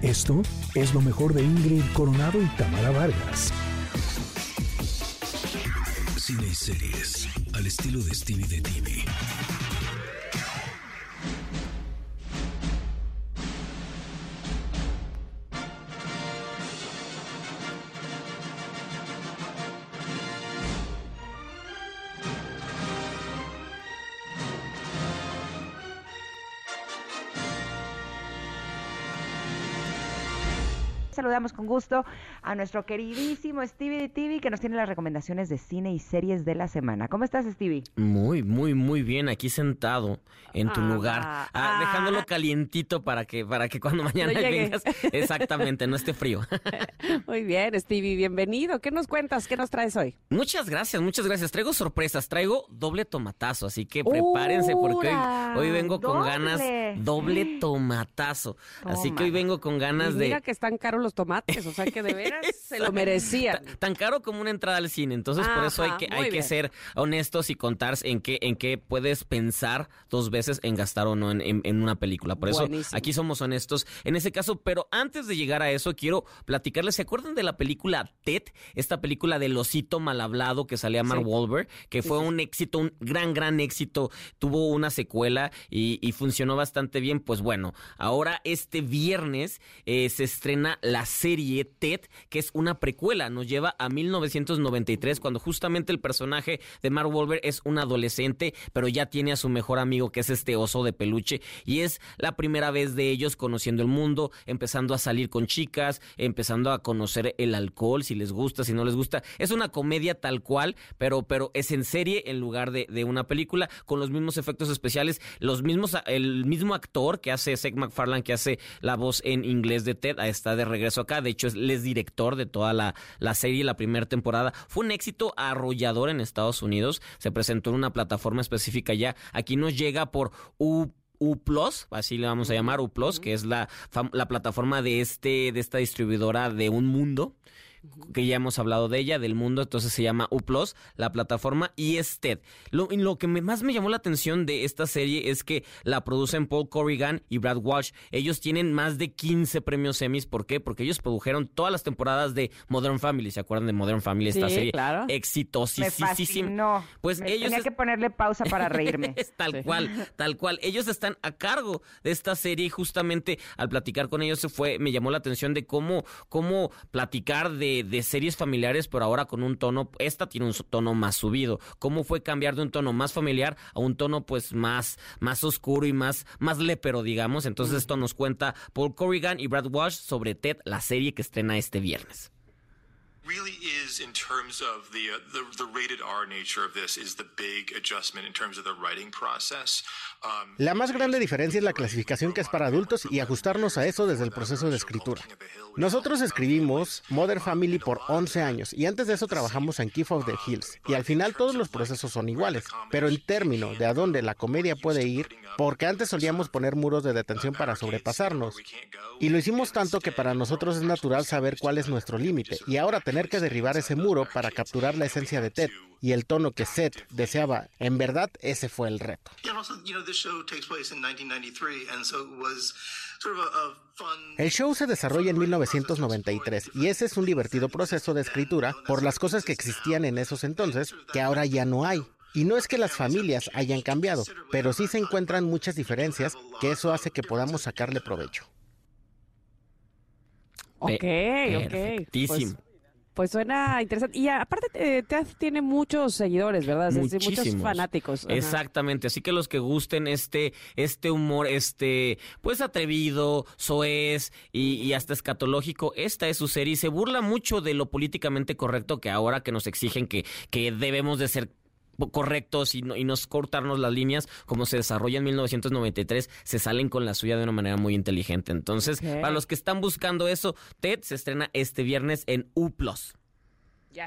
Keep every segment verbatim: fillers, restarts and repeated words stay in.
Esto es lo mejor de Ingrid Coronado y Tamara Vargas. Cine y series al estilo de Stevie de T V. Saludamos con gusto a nuestro queridísimo Stevie de T V, que nos tiene las recomendaciones de cine y series de la semana. ¿Cómo estás, Stevie? Muy, muy, muy bien, aquí sentado en tu ah, lugar, ah, ah, dejándolo calientito para que para que cuando mañana no vengas, exactamente, no esté frío. Muy bien, Stevie, bienvenido. ¿Qué nos cuentas? ¿Qué nos traes hoy? Muchas gracias, muchas gracias. Traigo sorpresas, traigo doble tomatazo, así que prepárense porque hoy, hoy vengo con doble. ganas, doble tomatazo. Toma. Así que hoy vengo con ganas Y de... mira que están caros los tomates, o sea que de veras se lo merecían. Tan, tan caro como una entrada al cine, entonces por eso hay Ajá, que muy hay que bien. ser honestos y contar en qué en qué puedes pensar dos veces en gastar o no en, en, en una película. Por eso Buenísimo. aquí somos honestos en ese caso, pero antes de llegar a eso quiero platicarles, ¿se acuerdan de la película Ted? Esta película del osito mal hablado que salía Mark Sí. Wahlberg, que Sí, fue sí, un éxito, un gran gran éxito, tuvo una secuela y, y funcionó bastante bien. Pues bueno, ahora este viernes eh, se estrena la serie Ted, que es una precuela, nos lleva a mil novecientos noventa y tres, cuando justamente el personaje de Mark Wahlberg es un adolescente, pero ya tiene a su mejor amigo, que es este oso de peluche, y es la primera vez de ellos conociendo el mundo, empezando a salir con chicas, empezando a conocer el alcohol, si les gusta, si no les gusta. Es una comedia tal cual, pero, pero es en serie en lugar de, de una película, con los mismos efectos especiales, los mismos, el mismo actor que hace Seth MacFarlane, que hace la voz en inglés de Ted, está de regreso acá. De hecho, él es director de toda la, la serie, la primera temporada. Fue un éxito arrollador en Estados Unidos. Se presentó en una plataforma específica ya. Aquí nos llega por U U Plus, así le vamos a llamar, U Plus, que es la, la plataforma de este de esta distribuidora de Un Mundo, que ya hemos hablado de ella, del mundo, entonces se llama U Plus, la plataforma, y es Ted. Lo, lo que me, más me llamó la atención de esta serie es que la producen Paul Corrigan y Brad Walsh. Ellos tienen más de quince premios Emmys. ¿Por qué? Porque ellos produjeron todas las temporadas de Modern Family. ¿Se acuerdan de Modern Family? Esta Sí, serie claro. Me exitosísima. fascinó. Pues Me ellos tenía es- que ponerle pausa para reírme. Es tal Sí. cual, tal cual. Ellos están a cargo de esta serie y justamente al platicar con ellos se fue, me llamó la atención de cómo, cómo platicar de, de series familiares, pero ahora con un tono, esta tiene un tono más subido. Cómo fue cambiar de un tono más familiar a un tono pues más, más oscuro y más, más lépero, digamos. Entonces esto nos cuenta Paul Corrigan y Brad Walsh sobre Ted, la serie que estrena este viernes. Really is, in terms of the, uh, the the rated R nature of this, is the big adjustment in terms of the writing process. Um, La más grande diferencia es la clasificación, que es para adultos, y ajustarnos a eso desde el proceso de escritura. Nosotros escribimos Modern Family por once años y antes de eso trabajamos en Keith of the Hills, y al final todos los procesos son iguales, pero en términos de a dónde la comedia puede ir, porque antes solíamos poner muros de detención para sobrepasarnos, y lo hicimos tanto que para nosotros es natural saber cuál es nuestro límite, y ahora tener que derribar ese muro para capturar la esencia de Ted y el tono que Seth deseaba, en verdad ese fue el reto. Yeah, and also, you know, this show takes place in nineteen ninety-three, and so it was sort of a, a fun... El show se desarrolla en mil novecientos noventa y tres y ese es un divertido proceso de escritura por las cosas que existían en esos entonces que ahora ya no hay. Y no es que las familias hayan cambiado, pero sí se encuentran muchas diferencias que eso hace que podamos sacarle provecho. Ok, ok. Perfectísimo. Pues, pues suena interesante. Y aparte eh, Ted tiene muchos seguidores, ¿verdad? Es decir, muchos Muchísimos. fanáticos. Ajá. Exactamente, así que los que gusten este este humor, este pues atrevido, soez y, y hasta escatológico, esta es su serie y se burla mucho de lo políticamente correcto que ahora que nos exigen que, que debemos de ser correctos y, no, y nos cortarnos las líneas, como se desarrolla en mil novecientos noventa y tres, se salen con la suya de una manera muy inteligente. Entonces, Ok. para los que están buscando eso, Ted se estrena este viernes en U Plus. Ya está.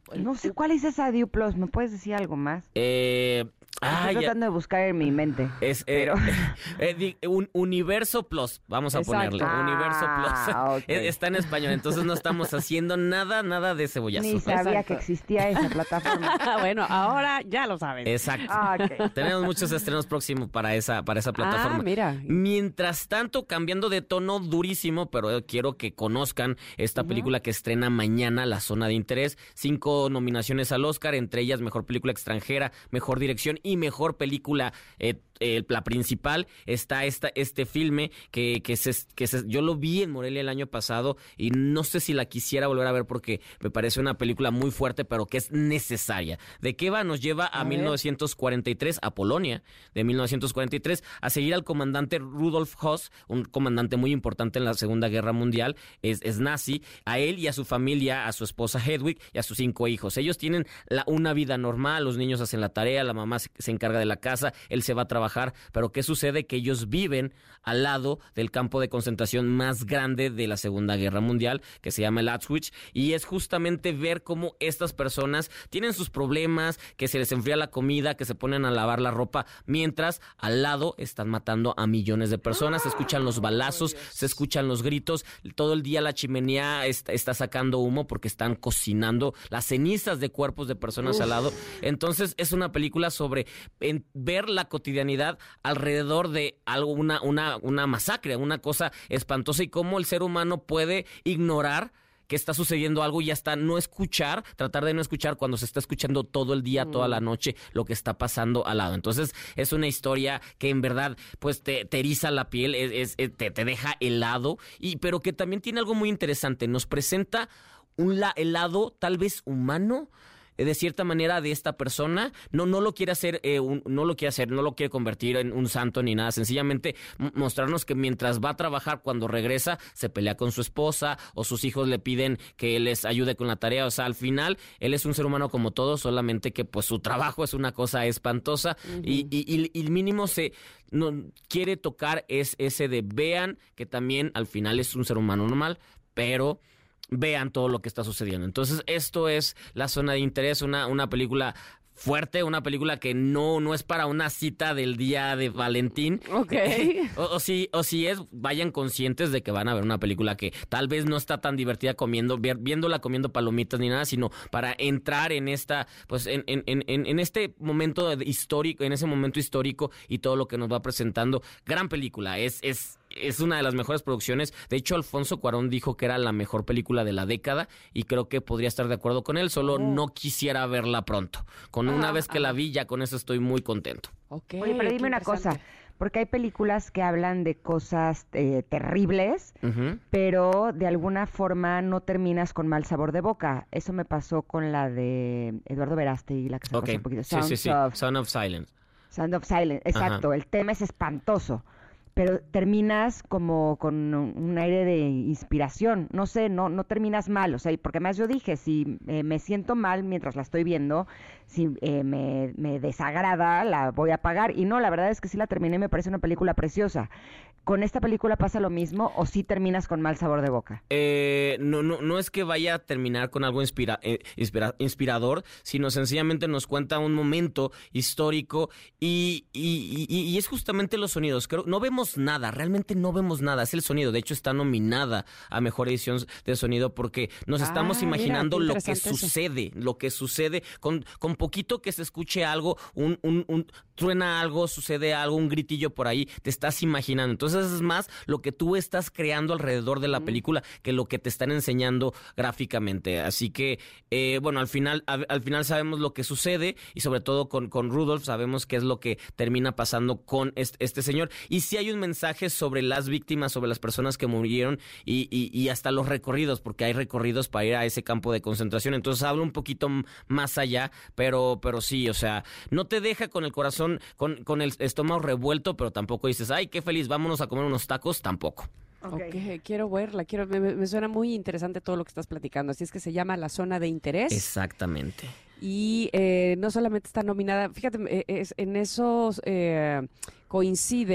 No sé cuál es esa Diu Plus, ¿me puedes decir algo más? Eh... Ah, Estoy tratando ya. de buscar en mi mente. Es eh, pero... eh, di- un Universo Plus, vamos a Exacto. ponerle. Universo Plus. Ah, ok. Eh, Está en español, entonces no estamos haciendo nada, nada de cebollazo. Ni sabía Exacto. que existía esa plataforma. Bueno, ahora ya lo saben. Exacto. Ah, ok. Tenemos muchos estrenos próximos para esa, para esa plataforma. Ah, mira. Mientras tanto, cambiando de tono durísimo, pero eh, quiero que conozcan esta película que estrena mañana, La Zona de Interés. Cinco nominaciones al Oscar, entre ellas Mejor Película Extranjera, Mejor Dirección y Mejor Película eh, eh, la principal. Está esta, este filme que, que, se, que se, yo lo vi en Morelia el año pasado y no sé si la quisiera volver a ver porque me parece una película muy fuerte, pero que es necesaria. ¿De qué va? Nos lleva a, a mil novecientos cuarenta y tres, a Polonia, de mil novecientos cuarenta y tres, a seguir al comandante Rudolf Höss, un comandante muy importante en la Segunda Guerra Mundial, es, es nazi, a él y a su familia, a su esposa Hedwig y a sus cinco hijos. Ellos tienen la, una vida normal, los niños hacen la tarea, la mamá se, se encarga de la casa, él se va a trabajar, pero ¿qué sucede? Que ellos viven al lado del campo de concentración más grande de la Segunda Guerra Mundial, que se llama el Auschwitz, y es justamente ver cómo estas personas tienen sus problemas, que se les enfría la comida, que se ponen a lavar la ropa, mientras al lado están matando a millones de personas, se escuchan los balazos, se escuchan los gritos, todo el día la chimenea está, está sacando humo porque están cocinando las cenizas de cuerpos de personas Uf. al lado. Entonces es una película sobre en, ver la cotidianidad alrededor de algo, una, una, una masacre, una cosa espantosa, y cómo el ser humano puede ignorar que está sucediendo algo y hasta no escuchar, tratar de no escuchar cuando se está escuchando todo el día, mm. toda la noche, lo que está pasando al lado. Entonces, es una historia que en verdad, pues, te, te eriza la piel, es, es, te, te deja helado, y, pero que también tiene algo muy interesante. Nos presenta un la, el lado tal vez humano, de cierta manera, de esta persona. No, no lo quiere hacer, eh, un, no lo quiere hacer, no lo quiere convertir en un santo ni nada. Sencillamente m- mostrarnos que mientras va a trabajar, cuando regresa, se pelea con su esposa o sus hijos le piden que les ayude con la tarea. O sea, al final, él es un ser humano como todos, solamente que pues su trabajo es una cosa espantosa. Uh-huh. y, y, y el mínimo se no quiere tocar es ese de vean que también al final es un ser humano normal, pero vean todo lo que está sucediendo. Entonces, esto es La Zona de Interés, una, una película fuerte, una película que no, no es para una cita del día de Valentín. Ok. o, o, si, o si es, vayan conscientes de que van a ver una película que tal vez no está tan divertida comiendo, viéndola comiendo palomitas ni nada, sino para entrar en esta, pues, en, en, en, en este momento histórico, en ese momento histórico y todo lo que nos va presentando. Gran película, es, es Es una de las mejores producciones. De hecho, Alfonso Cuarón dijo que era la mejor película de la década y creo que podría estar de acuerdo con él, solo oh. no quisiera verla pronto. Con ah, una vez que ah. la vi, ya con eso estoy muy contento. Okay, Oye, pero dime una cosa, porque hay películas que hablan de cosas eh, terribles, uh-huh. pero de alguna forma no terminas con mal sabor de boca. Eso me pasó con la de Eduardo Verástegui, la que se okay. pasó un poquito. Sí, sí, sí. Of, Sound of Silence. Sound of Silence, exacto. Ajá. El tema es espantoso, pero terminas como con un aire de inspiración, no sé, no no terminas mal, o sea, porque además yo dije, si eh, me siento mal mientras la estoy viendo, si eh, me, me desagrada, la voy a apagar, y no, la verdad es que sí la terminé, me parece una película preciosa. ¿Con esta película pasa lo mismo o sí terminas con mal sabor de boca? Eh, no, no, no es que vaya a terminar con algo inspira, eh, inspira, inspirador, sino sencillamente nos cuenta un momento histórico y, y, y, y es justamente los sonidos. Creo, no vemos nada, realmente no vemos nada, es el sonido. De hecho, está nominada a Mejor Edición de Sonido porque nos ah, estamos imaginando mira, lo que eso. sucede, lo que sucede, con, con poquito que se escuche algo, un, un, un truena algo, sucede algo, un gritillo por ahí, te estás imaginando. Entonces, es más lo que tú estás creando alrededor de la mm. película que lo que te están enseñando gráficamente. Así que, eh, bueno, al final a, al final sabemos lo que sucede y sobre todo con, con Rudolf sabemos qué es lo que termina pasando con este, este señor. Y sí hay un mensaje sobre las víctimas, sobre las personas que murieron y, y, y hasta los recorridos, porque hay recorridos para ir a ese campo de concentración. Entonces habla un poquito más allá, pero, pero sí, o sea, no te deja con el corazón, con, con el estómago revuelto, pero tampoco dices, ay, qué feliz, vámonos a comer unos tacos, tampoco. Okay. ok, quiero verla, quiero, me, me suena muy interesante todo lo que estás platicando, así es que se llama La Zona de Interés. Exactamente. Y eh, no solamente está nominada, fíjate, es, en eso eh, coincide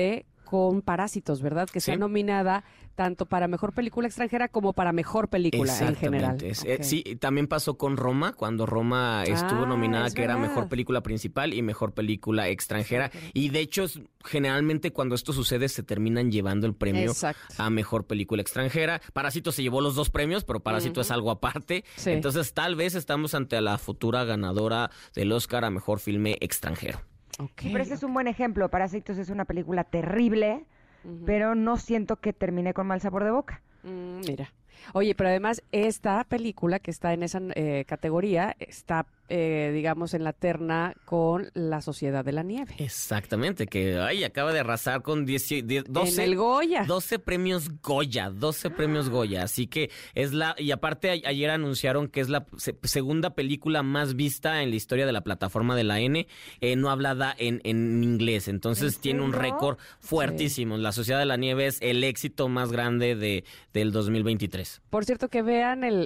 con Parásitos, ¿verdad? Que Sí. está nominada tanto para mejor película extranjera como para mejor película en general. Exactamente. Es- eh, Ok. Sí, también pasó con Roma, cuando Roma estuvo Ah, nominada, es que era verdad. mejor película principal y mejor película extranjera. Y de hecho, es- generalmente cuando esto sucede, se terminan llevando el premio Exacto. a mejor película extranjera. Parásito se llevó los dos premios, pero Parásito es algo aparte. Sí. Entonces, tal vez estamos ante la futura ganadora del Oscar a mejor filme extranjero. Ok. Pero ese es un buen ejemplo. Parásitos es una película terrible, pero no siento que termine con mal sabor de boca. Mm, mira. Oye, pero además esta película que está en esa eh, categoría está, eh, digamos, en la terna con La Sociedad de la Nieve. Exactamente, que ay, acaba de arrasar con diez, diez, doce, En el Goya. doce premios Goya, doce premios Goya, así que es la, y aparte a- ayer anunciaron que es la se- segunda película más vista en la historia de la plataforma de la N, eh, no hablada en, en inglés, entonces ¿En tiene un serio? récord fuertísimo. La Sociedad de la Nieve es el éxito más grande de, del dos mil veintitrés. Por cierto, que vean el,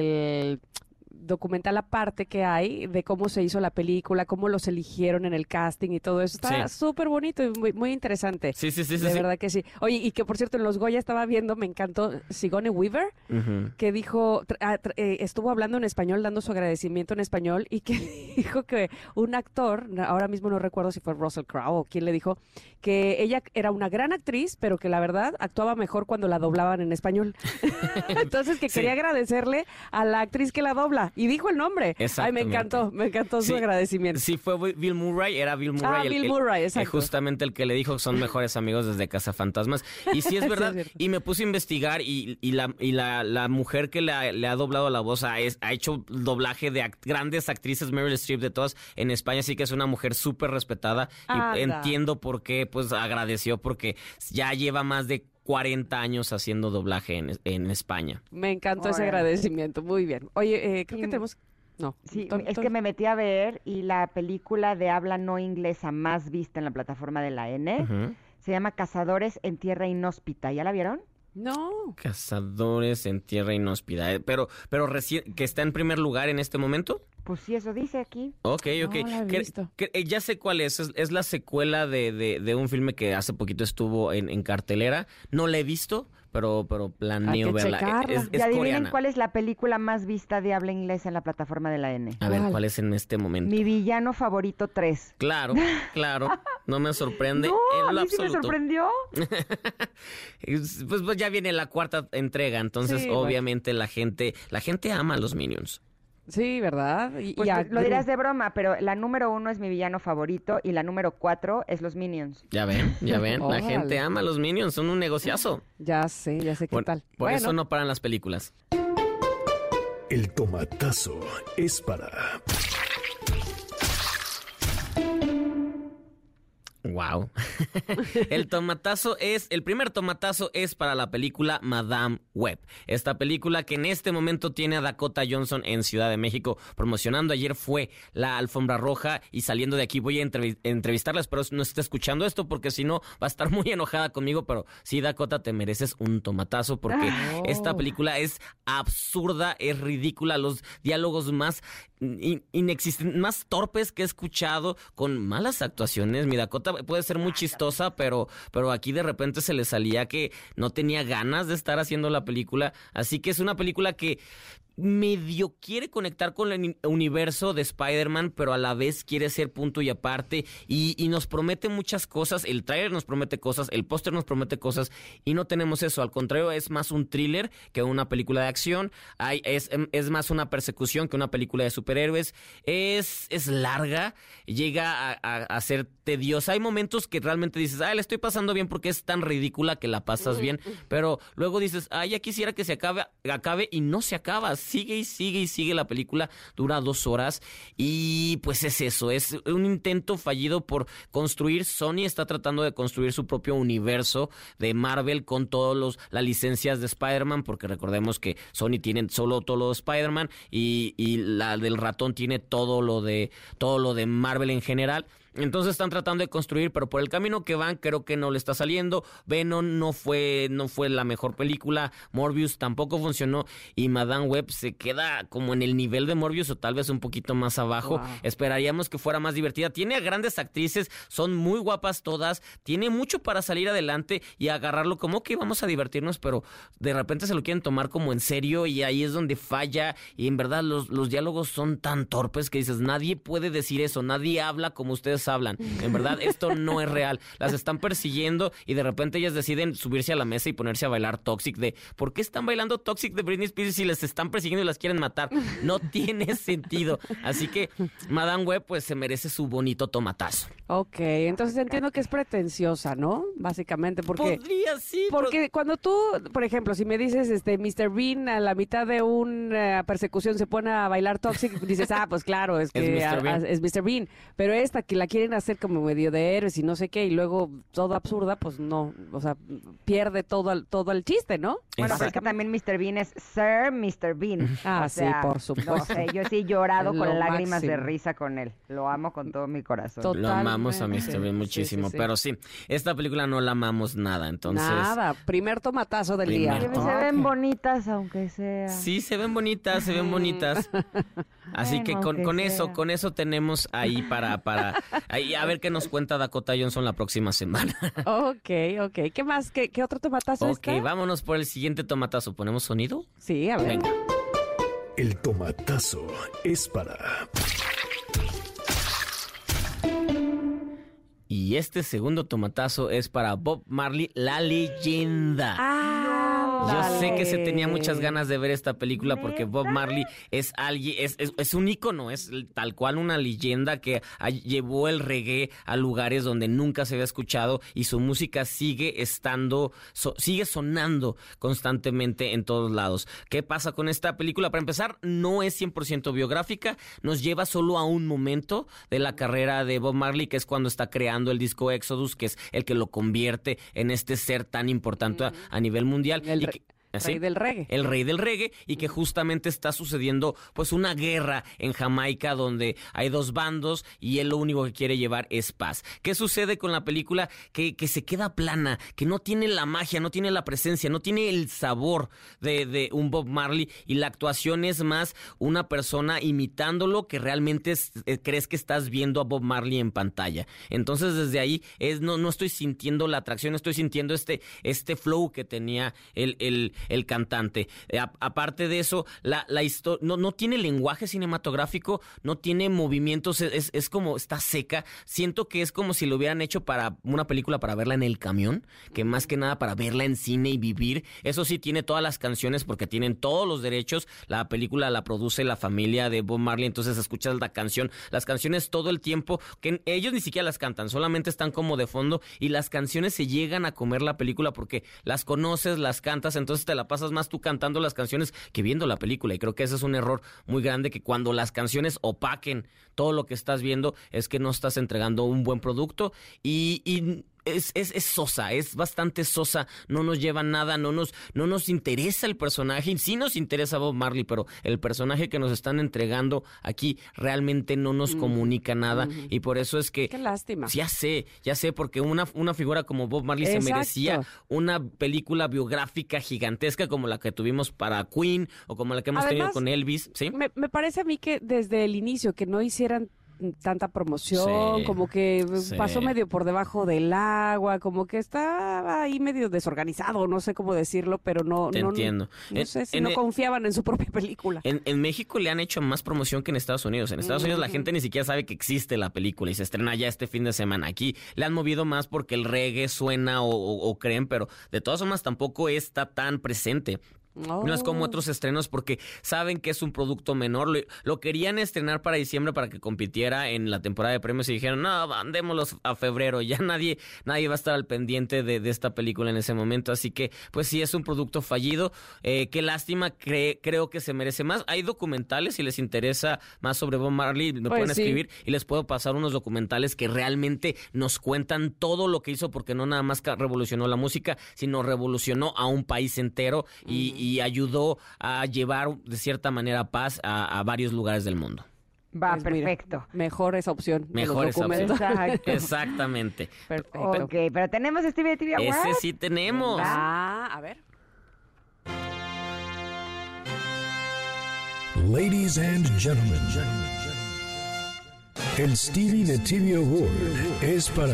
el documental aparte que hay de cómo se hizo la película, cómo los eligieron en el casting y todo eso. Está Sí. súper bonito y muy, muy interesante. Sí, sí, sí, sí. de sí. verdad que sí. Oye, y que por cierto, en los Goya estaba viendo, me encantó, Sigourney Weaver, Ujú. que dijo, tra- ah, tra- eh, estuvo hablando en español, dando su agradecimiento en español, y que dijo que un actor, ahora mismo no recuerdo si fue Russell Crowe o quién le dijo, que ella era una gran actriz, pero que la verdad actuaba mejor cuando la doblaban en español. Entonces que Sí. quería agradecerle a la actriz que la dobla, y dijo el nombre. Ay, me Exactamente. encantó, me encantó su Sí, agradecimiento. Sí, fue Bill Murray, era Bill Murray. Ah, el- Bill el- Murray, eh, exacto. justamente el que le dijo que son mejores amigos desde Cazafantasmas. Y sí es Sí, verdad, es cierto. y me puse a investigar y, y la, y la, la mujer que le ha, le ha doblado la voz ha, es- ha hecho doblaje de act- grandes actrices, Meryl Streep, de todas en España, así que es una mujer súper respetada. Y Anda. entiendo por qué, pues agradeció, porque ya lleva más de cuarenta años haciendo doblaje en, en España. Me encantó ese Órale. agradecimiento, muy bien. Oye, eh, creo Sí. que tenemos... No, Sí, Ton- es Ton- que me metí a ver y la película de habla no inglesa más vista en la plataforma de la N Ujú. se llama Cazadores en Tierra Inhóspita. ¿Ya la vieron? No. Cazadores en Tierra Inhóspida. eh, Pero, pero reci- que está en primer lugar en este momento. Pues sí, eso dice aquí. Ok, ok. No la he Que- visto. que- eh, ya sé cuál es. Es, es la secuela de, de, de un filme que hace poquito estuvo en, en cartelera. No la he visto, pero, pero planeo Hay que verla. Eh, checarla. Es, es y adivinen coreana. cuál es la película más vista de habla inglesa en la plataforma de la N. A ver, ¿Cuál? ¿cuál es en este momento? Mi villano favorito tres. Claro, claro. No me sorprende No, en a lo mí sí me absoluto. sorprendió. Es- pues, pues ya viene la cuarta entrega, entonces Sí, bueno. obviamente la gente, la gente ama a los Minions. Sí, ¿verdad? Y, Pues y a lo dirás Gru. de broma, pero la número uno es mi villano favorito y la número cuatro es los Minions. Ya ven, ya ven, la Órale. gente ama a los Minions, son un negociazo. Ya sé, ya sé qué Por, tal. por Bueno, eso no paran las películas. El tomatazo es para... Wow. El tomatazo es, el primer tomatazo es para la película Madame Web. Esta película que en este momento tiene a Dakota Johnson en Ciudad de México promocionando. Ayer fue la alfombra roja y saliendo de aquí voy a entrevi- entrevistarla. Espero no esté escuchando esto porque si no va a estar muy enojada conmigo. Pero sí, Dakota, te mereces un tomatazo porque Oh. esta película es absurda, es ridícula. Los diálogos más in- inexisten- más torpes que he escuchado, con malas actuaciones. Mi Dakota puede ser muy chistosa, pero, pero aquí de repente se le salía que no tenía ganas de estar haciendo la película. Así que es una película que medio quiere conectar con el universo de Spider-Man, pero a la vez quiere ser punto y aparte, y, y nos promete muchas cosas. El tráiler nos promete cosas, el póster nos promete cosas, y no tenemos eso. Al contrario, es más un thriller que una película de acción. Hay, es, es más una persecución que una película de superhéroes. Es, es larga, llega a, a, a ser tediosa. Hay momentos que realmente dices, ay, le estoy pasando bien porque es tan ridícula que la pasas bien, pero luego dices, ay, ya quisiera que se acabe, acabe, y no se acaba. Sigue y sigue y sigue la película, dura dos horas y pues es eso, es un intento fallido por construir. Sony está tratando de construir su propio universo de Marvel con todos los las licencias de Spider-Man, porque recordemos que Sony tiene solo todo lo de Spider-Man y, y la del ratón tiene todo lo de todo lo de Marvel en general. Entonces están tratando de construir, pero por el camino que van creo que no le está saliendo. Venom no fue, no fue la mejor película, Morbius tampoco funcionó y Madame Web se queda como en el nivel de Morbius o tal vez un poquito más abajo. Wow. Esperaríamos que fuera más divertida. Tiene a grandes actrices, son muy guapas todas, tiene mucho para salir adelante y agarrarlo como que vamos a divertirnos, pero de repente se lo quieren tomar como en serio y ahí es donde falla y en verdad los, los diálogos son tan torpes que dices, nadie puede decir eso, nadie habla como ustedes hablan. En verdad, esto no es real. Las están persiguiendo y de repente ellas deciden subirse a la mesa y ponerse a bailar Toxic de, ¿por qué están bailando Toxic de Britney Spears si les están persiguiendo y las quieren matar? No tiene sentido. Así que Madame Web pues se merece su bonito tomatazo. Ok, entonces entiendo que es pretenciosa, ¿no? Básicamente, porque... Podría, sí. Porque pero... cuando tú, por ejemplo, si me dices, este, mister Bean a la mitad de una persecución se pone a bailar Toxic, dices, ah, pues claro, es que es mister Bean. A, a, es mister Bean. Pero esta que la quieren hacer como medio de héroes y no sé qué, y luego todo absurda, pues no, o sea, pierde todo el, todo el chiste, ¿no? Bueno, pero es que también mister Bean es Sir mister Bean. Ah, o sea, sí, por supuesto. No sé, yo sí he llorado con Lo lágrimas máximo. de risa con él. Lo amo con todo mi corazón. Totalmente. Lo amamos a mister Bean muchísimo, sí, sí, sí. Pero sí, esta película no la amamos nada, entonces... Nada, primer tomatazo del Primer día. tomato. Se ven bonitas, aunque sea. Sí, se ven bonitas, se ven bonitas. Así Bueno, que con, que con sea. eso, con eso tenemos ahí para, para ahí a ver qué nos cuenta Dakota Johnson la próxima semana. Ok, ok. ¿Qué más? ¿Qué, qué otro tomatazo Ok, está? vámonos por el siguiente tomatazo. ¿Ponemos sonido? Sí, a ver. Venga. El tomatazo es para... Y este segundo tomatazo es para Bob Marley, la leyenda. Ah, Yo sé que se dale. tenía muchas ganas de ver esta película porque Bob Marley es alguien, es, es, es un ícono, es tal cual una leyenda que a, llevó el reggae a lugares donde nunca se había escuchado y su música sigue estando, so, sigue sonando constantemente en todos lados. ¿Qué pasa con esta película? Para empezar, no es cien por ciento biográfica, nos lleva solo a un momento de la carrera de Bob Marley, que es cuando está creando el disco Exodus, que es el que lo convierte en este ser tan importante a, a nivel mundial. El y re- que, rey del reggae. El rey del reggae, y que justamente está sucediendo pues una guerra en Jamaica donde hay dos bandos y él lo único que quiere llevar es paz. ¿Qué sucede con la película? Que, que se queda plana, que no tiene la magia, no tiene la presencia, no tiene el sabor de, de un Bob Marley, y la actuación es más una persona imitándolo que realmente es, eh, crees que estás viendo a Bob Marley en pantalla. Entonces desde ahí es, no, no estoy sintiendo la atracción, estoy sintiendo este, este flow que tenía el, el el cantante. Eh, a, aparte de eso, la, la historia no, no tiene lenguaje cinematográfico, no tiene movimientos, es, es como, está seca. Siento que es como si lo hubieran hecho para una película para verla en el camión, que más que nada para verla en cine y vivir. Eso sí, tiene todas las canciones porque tienen todos los derechos. La película la produce la familia de Bob Marley, entonces escuchas la canción, las canciones todo el tiempo, que ellos ni siquiera las cantan, solamente están como de fondo, y las canciones se llegan a comer la película porque las conoces, las cantas, entonces te la pasas más tú cantando las canciones que viendo la película, y creo que ese es un error muy grande, que cuando las canciones opaquen todo lo que estás viendo es que no estás entregando un buen producto, y, y Es, es, es sosa, es bastante sosa, no nos lleva nada, no nos, no nos interesa el personaje, sí nos interesa Bob Marley, pero el personaje que nos están entregando aquí realmente no nos mm. comunica nada, mm. y por eso es que... Qué lástima. Ya sé, ya sé, porque una, una figura como Bob Marley Exacto. se merecía una película biográfica gigantesca como la que tuvimos para Queen, o como la que hemos Además, tenido con Elvis, ¿sí? Me, me parece a mí que desde el inicio que no hicieran tanta promoción, Sí, como que sí. pasó medio por debajo del agua, como que estaba ahí medio desorganizado, no sé cómo decirlo, pero no, Te no, entiendo. no En- sé si en no el- confiaban en su propia película. En, en México le han hecho más promoción que en Estados Unidos. En Estados Unidos la gente ni siquiera sabe que existe la película y se estrena ya este fin de semana. Aquí le han movido más porque el reggae suena o, o- o creen, pero de todas formas tampoco está tan presente. Oh. No es como otros estrenos porque saben que es un producto menor. Lo, lo querían estrenar para diciembre para que compitiera en la temporada de premios y dijeron, no, mandémoslos a febrero. Ya nadie nadie va a estar al pendiente de, de esta película en ese momento. Así que, pues sí, es un producto fallido. Eh, qué lástima, cre- creo que se merece más. Hay documentales, si les interesa más sobre Bob Marley, me Pues pueden sí. escribir y les puedo pasar unos documentales que realmente nos cuentan todo lo que hizo, porque no nada más ca- revolucionó la música, sino revolucionó a un país entero y, y ayudó a llevar de cierta manera paz a, a varios lugares del mundo. Va, Pues mira, perfecto. mejor esa opción. de Mejor los esa opción. documentos. Exacto. Exactamente. Perfecto. Ok, pero tenemos Stevie de T V Awards. Ese sí tenemos. Ah, a ver. Ladies and gentlemen, el Stevie de T V Award es para...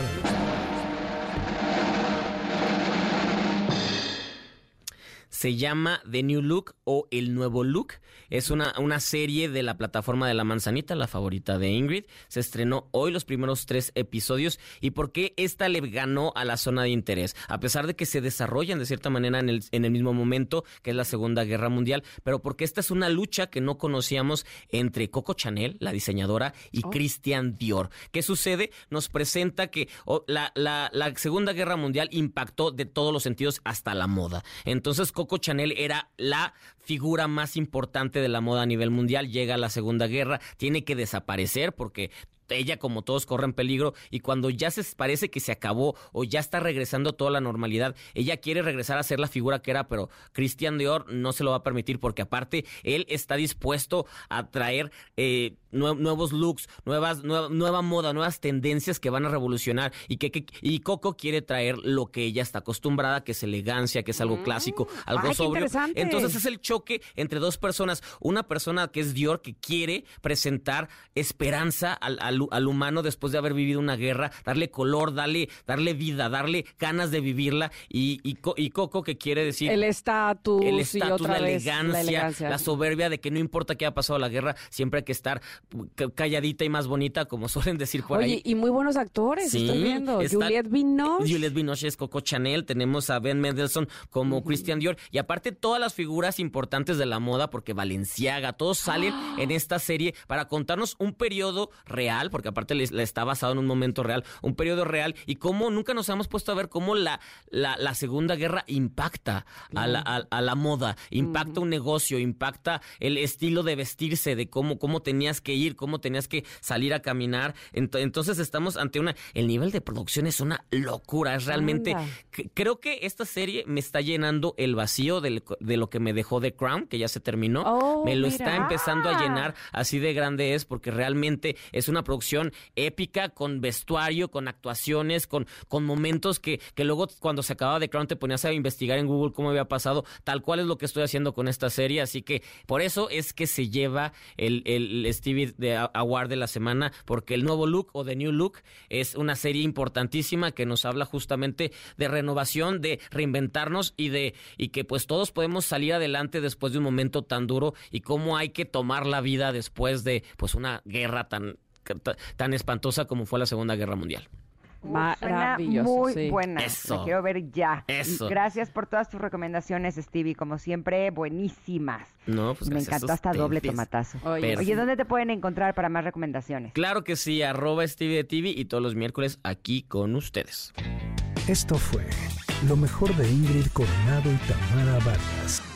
Se llama The New Look o El Nuevo Look. Es una, una serie de la plataforma de La Manzanita, la favorita de Ingrid. Se estrenó hoy los primeros tres episodios. ¿Y por qué esta le ganó a la zona de interés? A pesar de que se desarrollan de cierta manera en el, en el mismo momento, que es la Segunda Guerra Mundial, pero porque esta es una lucha que no conocíamos entre Coco Chanel, la diseñadora, y oh. Christian Dior. ¿Qué sucede? Nos presenta que oh, la, la, la Segunda Guerra Mundial impactó de todos los sentidos hasta la moda. Entonces, Coco Chanel era la figura más importante de la moda a nivel mundial. Llega la Segunda Guerra, tiene que desaparecer porque ella, como todos, corre en peligro, y cuando ya se parece que se acabó o ya está regresando toda la normalidad, ella quiere regresar a ser la figura que era, pero Christian Dior no se lo va a permitir, porque aparte él está dispuesto a traer eh, nue- nuevos looks, nuevas nueva, nueva moda, nuevas tendencias que van a revolucionar, y que, que y Coco quiere traer lo que ella está acostumbrada, que es elegancia, que es algo mm. clásico, algo Ay, sobrio. Entonces es el choque entre dos personas, una persona que es Dior, que quiere presentar esperanza al, al al humano después de haber vivido una guerra, darle color, darle, darle vida, darle ganas de vivirla, y, y, y Coco, que quiere decir el estatus, el y estatus, otra la, vez, elegancia, la elegancia, la soberbia de que no importa qué ha pasado la guerra, siempre hay que estar calladita y más bonita, como suelen decir por Oye, ahí. y muy buenos actores, sí, estoy viendo. está, Juliette Binoche. Juliette Binoche es Coco Chanel, tenemos a Ben Mendelsohn como uh-huh. Christian Dior, y aparte todas las figuras importantes de la moda, porque Balenciaga, todos salen oh. en esta serie para contarnos un periodo real, porque aparte les, les está basado en un momento real, un periodo real, y cómo nunca nos hemos puesto a ver cómo la, la, la Segunda Guerra impacta a la, a, a la moda, impacta uh-huh. un negocio, impacta el estilo de vestirse, de cómo, cómo tenías que ir, cómo tenías que salir a caminar. Entonces estamos ante una... El nivel de producción es una locura, es realmente... C- creo que esta serie me está llenando el vacío de, de lo que me dejó The Crown, que ya se terminó. Oh, me lo mira. está empezando a llenar, así de grande es, porque realmente es una producción épica, con vestuario, con actuaciones, con, con momentos que, que luego cuando se acababa The Crown te ponías a investigar en Google cómo había pasado. Tal cual es lo que estoy haciendo con esta serie, así que por eso es que se lleva el, el Stevie de Award de la semana, porque El Nuevo Look o The New Look es una serie importantísima que nos habla justamente de renovación, de reinventarnos, y de y que pues todos podemos salir adelante después de un momento tan duro, y cómo hay que tomar la vida después de pues una guerra tan tan espantosa como fue la Segunda Guerra Mundial. Maravilloso, muy sí. buena. Eso. La quiero ver ya. Eso. Gracias por todas tus recomendaciones, Stevie. Como siempre, buenísimas. No, pues me encantó hasta doble tomatazo. Oye, Oye, ¿dónde te pueden encontrar para más recomendaciones? Claro que sí, arroba Stevie de T V, y todos los miércoles aquí con ustedes. Esto fue lo mejor de Ingrid Coronado y Tamara Vargas.